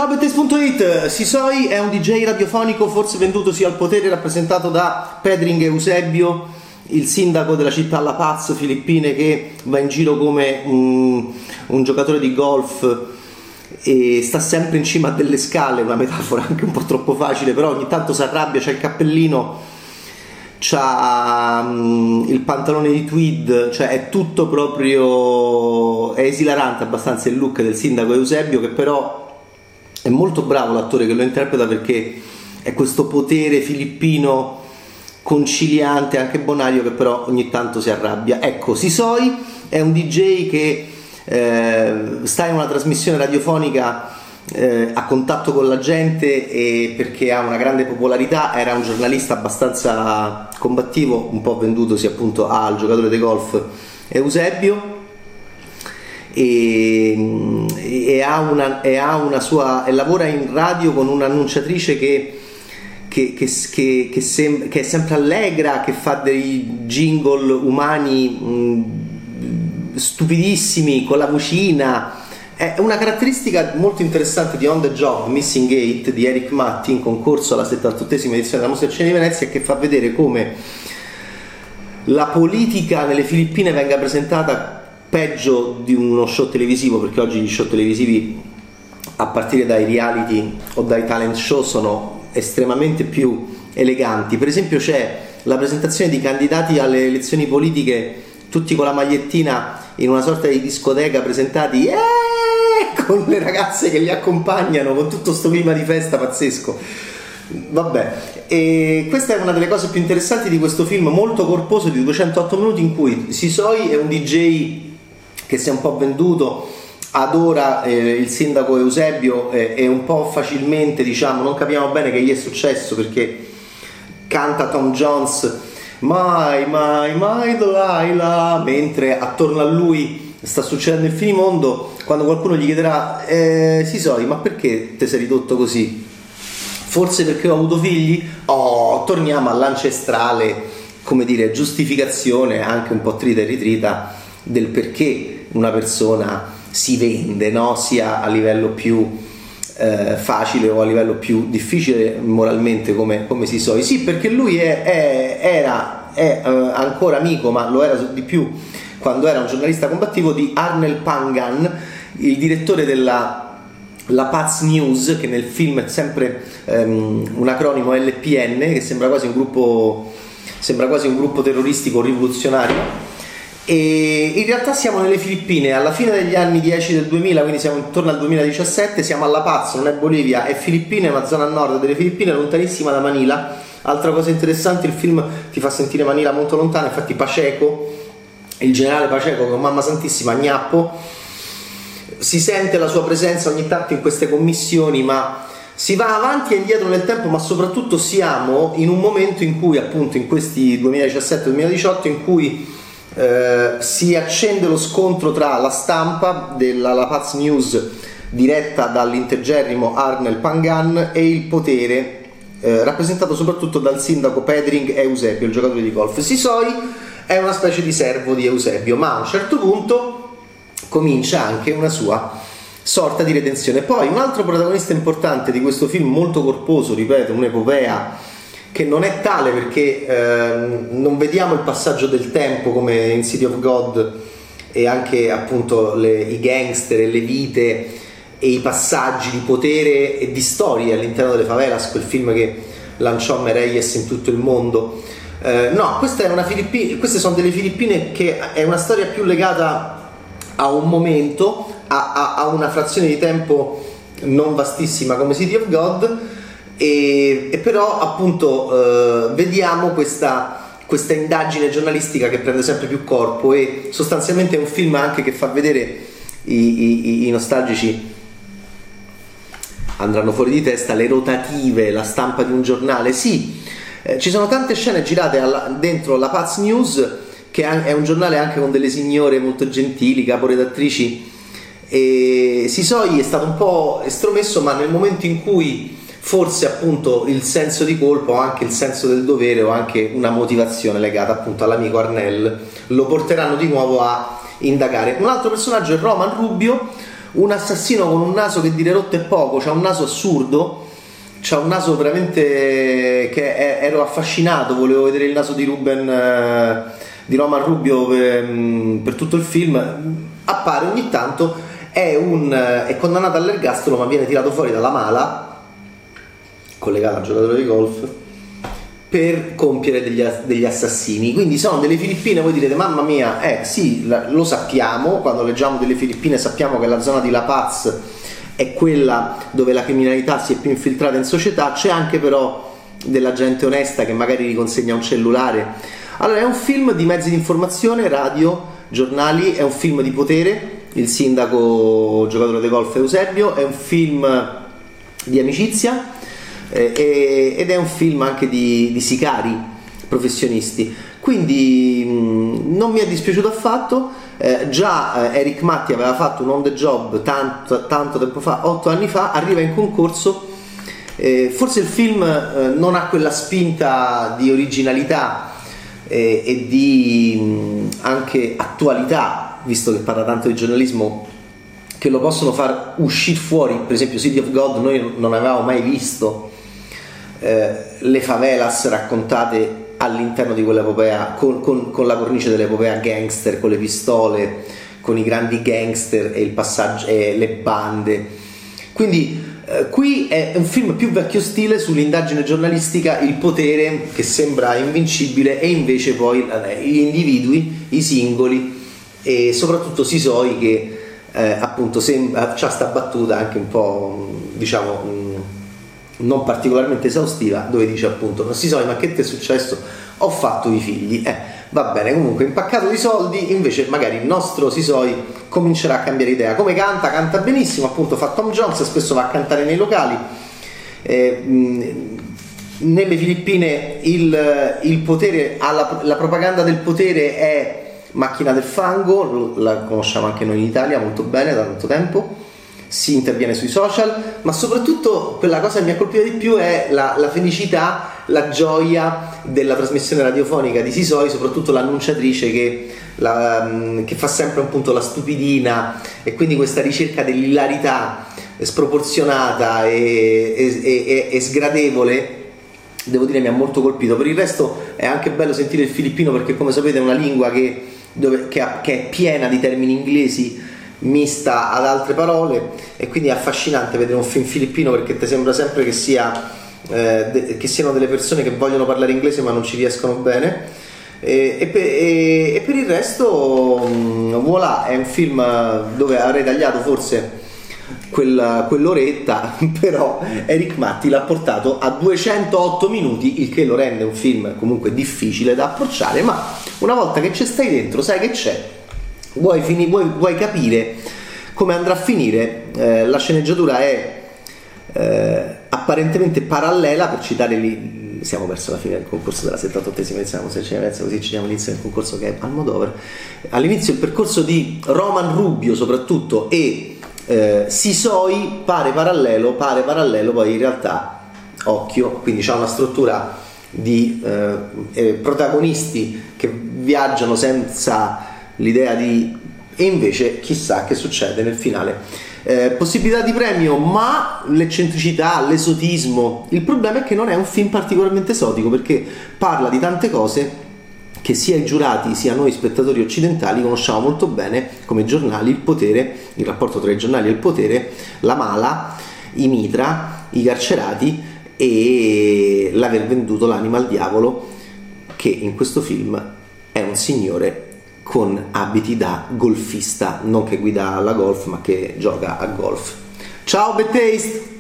Bettes.it. Sisoi è un DJ radiofonico forse vendutosi al potere, rappresentato da Pedring Eusebio, il sindaco della città La Paz, Filippine, che va in giro come un giocatore di golf e sta sempre in cima a delle scale, una metafora anche un po' troppo facile, però ogni tanto si arrabbia, c'ha il cappellino, c'ha il pantalone di tweed, cioè è tutto proprio, è esilarante abbastanza il look del sindaco Eusebio, che però è molto bravo l'attore che lo interpreta, perché è questo potere filippino conciliante, anche bonario, che però ogni tanto si arrabbia. Ecco, Sisoi è un DJ che sta in una trasmissione radiofonica a contatto con la gente, e perché ha una grande popolarità, era un giornalista abbastanza combattivo, un po' vendutosi appunto al giocatore di golf Eusebio, e ha una sua, e lavora in radio con un'annunciatrice che è sempre allegra, che fa dei jingle umani stupidissimi con la vocina. È una caratteristica molto interessante di On the Job Missing 8 di Eric Matti, in concorso alla 78esima edizione della Mostra del Cinema di Venezia, che fa vedere come la politica nelle Filippine venga presentata peggio di uno show televisivo, perché oggi gli show televisivi, a partire dai reality o dai talent show, sono estremamente più eleganti. Per esempio c'è la presentazione di candidati alle elezioni politiche, tutti con la magliettina in una sorta di discoteca, presentati con le ragazze che li accompagnano, con tutto sto clima di festa pazzesco. Vabbè, e questa è una delle cose più interessanti di questo film molto corposo di 208 minuti, in cui Sisoi è un DJ che si è un po' venduto, adora il sindaco Eusebio, e un po' facilmente, diciamo, non capiamo bene che gli è successo, perché canta Tom Jones mai Delilah, mentre attorno a lui sta succedendo il finimondo. Quando qualcuno gli chiederà Sisoi, ma perché ti sei ridotto così? Forse perché ho avuto figli? Torniamo all'ancestrale, come dire, giustificazione anche un po' trita e ritrita del perché una persona si vende, no? Sia a livello più facile o a livello più difficile moralmente, come Sisoi. Sì, perché lui è ancora amico, ma lo era di più quando era un giornalista combattivo, di Arnel Pangan, il direttore della La Paz News, che nel film è sempre un acronimo LPN, che sembra quasi un gruppo terroristico rivoluzionario. E in realtà siamo nelle Filippine alla fine degli anni 10 del 2000, quindi siamo intorno al 2017, siamo a La Paz, non è Bolivia, è Filippine, una zona a nord delle Filippine, lontanissima da Manila. Altra cosa interessante, il film ti fa sentire Manila molto lontana, infatti Pacheco, il generale Pacheco, con mamma santissima, Gnappo, si sente la sua presenza ogni tanto in queste commissioni, ma si va avanti e indietro nel tempo, ma soprattutto siamo in un momento in cui, appunto, in questi 2017-2018, in cui si accende lo scontro tra la stampa della La Paz News, diretta dall'integerrimo Arnel Pangan, e il potere, rappresentato soprattutto dal sindaco Pedring Eusebio, il giocatore di golf. Sisoi è una specie di servo di Eusebio, ma a un certo punto comincia anche una sua sorta di redenzione. Poi un altro protagonista importante di questo film, molto corposo, ripeto, un'epopea che non è tale perché non vediamo il passaggio del tempo come in City of God, e anche appunto i gangster e le vite e i passaggi di potere e di storie all'interno delle favelas, quel film che lanciò Mereyes in tutto il mondo. No, queste sono delle Filippine, che è una storia più legata a un momento, a una frazione di tempo non vastissima come City of God, e però appunto vediamo questa indagine giornalistica che prende sempre più corpo, e sostanzialmente è un film anche che fa vedere, i nostalgici andranno fuori di testa, le rotative, la stampa di un giornale. Sì, ci sono tante scene girate dentro La Paz News, che è un giornale anche con delle signore molto gentili, caporedattrici, e Sisoi è stato un po' estromesso, ma nel momento in cui forse appunto il senso di colpa, o anche il senso del dovere, o anche una motivazione legata appunto all'amico Arnel, lo porteranno di nuovo a indagare. Un altro personaggio è Roman Rubio, un assassino con un naso che dire rotto è poco, c'ha un naso assurdo, c'ha un naso veramente che ero affascinato, volevo vedere il naso di di Roman Rubio per tutto il film. Appare ogni tanto, è condannato all'ergastolo ma viene tirato fuori dalla mala, collegato al giocatore di golf, per compiere degli assassini. Quindi sono delle Filippine, voi direte mamma mia, sì, lo sappiamo, quando leggiamo delle Filippine sappiamo che la zona di La Paz è quella dove la criminalità si è più infiltrata in società, c'è anche però della gente onesta che magari riconsegna un cellulare. Allora è un film di mezzi di informazione, radio, giornali, è un film di potere, il sindaco giocatore di golf Eusebio, è un film di amicizia, ed è un film anche di sicari professionisti, quindi non mi è dispiaciuto affatto. Già Eric Matti aveva fatto un On the Job tanto tempo fa, 8 anni fa, arriva in concorso. Forse il film non ha quella spinta di originalità e di anche attualità, visto che parla tanto di giornalismo, che lo possono far uscire fuori. Per esempio City of God noi non avevamo mai visto le favelas raccontate all'interno di quell'epopea con la cornice dell'epopea gangster, con le pistole, con i grandi gangster e il passaggio e le bande. Quindi qui è un film più vecchio stile sull'indagine giornalistica, il potere che sembra invincibile e invece poi gli individui, i singoli e soprattutto Sisoi che appunto c'ha sta battuta anche un po' diciamo non particolarmente esaustiva, dove dice appunto non si sa ma che ti è successo, ho fatto i figli, va bene, comunque impaccato di soldi. Invece magari il nostro Sisoi comincerà a cambiare idea. Come canta benissimo, appunto fa Tom Jones, spesso va a cantare nei locali. Nelle Filippine il potere, la propaganda del potere è macchina del fango, la conosciamo anche noi in Italia molto bene da tanto tempo. Si interviene sui social, ma soprattutto quella cosa che mi ha colpito di più è la felicità, la gioia della trasmissione radiofonica di Sisoi, soprattutto l'annunciatrice che fa sempre appunto la stupidina, e quindi questa ricerca dell'ilarità sproporzionata e sgradevole, devo dire mi ha molto colpito. Per il resto è anche bello sentire il filippino, perché come sapete è una lingua che è piena di termini inglesi mista ad altre parole, e quindi è affascinante vedere un film filippino, perché ti sembra sempre che siano delle persone che vogliono parlare inglese ma non ci riescono bene, e per il resto voilà, è un film dove avrei tagliato forse quell'oretta, però Eric Matti l'ha portato a 208 minuti, il che lo rende un film comunque difficile da approcciare, ma una volta che ci stai dentro sai che c'è. Vuoi capire come andrà a finire. La sceneggiatura è apparentemente parallela, per citare lì, siamo verso la fine del concorso della 78esima edizione, se ci pensa così ci diamo l'inizio del concorso che è Almodovar. All'inizio il percorso di Roman Rubio soprattutto e Sisoi pare parallelo, poi in realtà occhio, quindi c'è una struttura di protagonisti che viaggiano senza l'idea e invece chissà che succede nel finale. Possibilità di premio, ma l'eccentricità, l'esotismo. Il problema è che non è un film particolarmente esotico, perché parla di tante cose che sia i giurati sia noi spettatori occidentali conosciamo molto bene, come i giornali, il potere, il rapporto tra i giornali e il potere, la mala, i mitra, i carcerati e l'aver venduto l'anima al diavolo, che in questo film è un signore con abiti da golfista, non che guida la golf ma che gioca a golf. Ciao Bad Taste!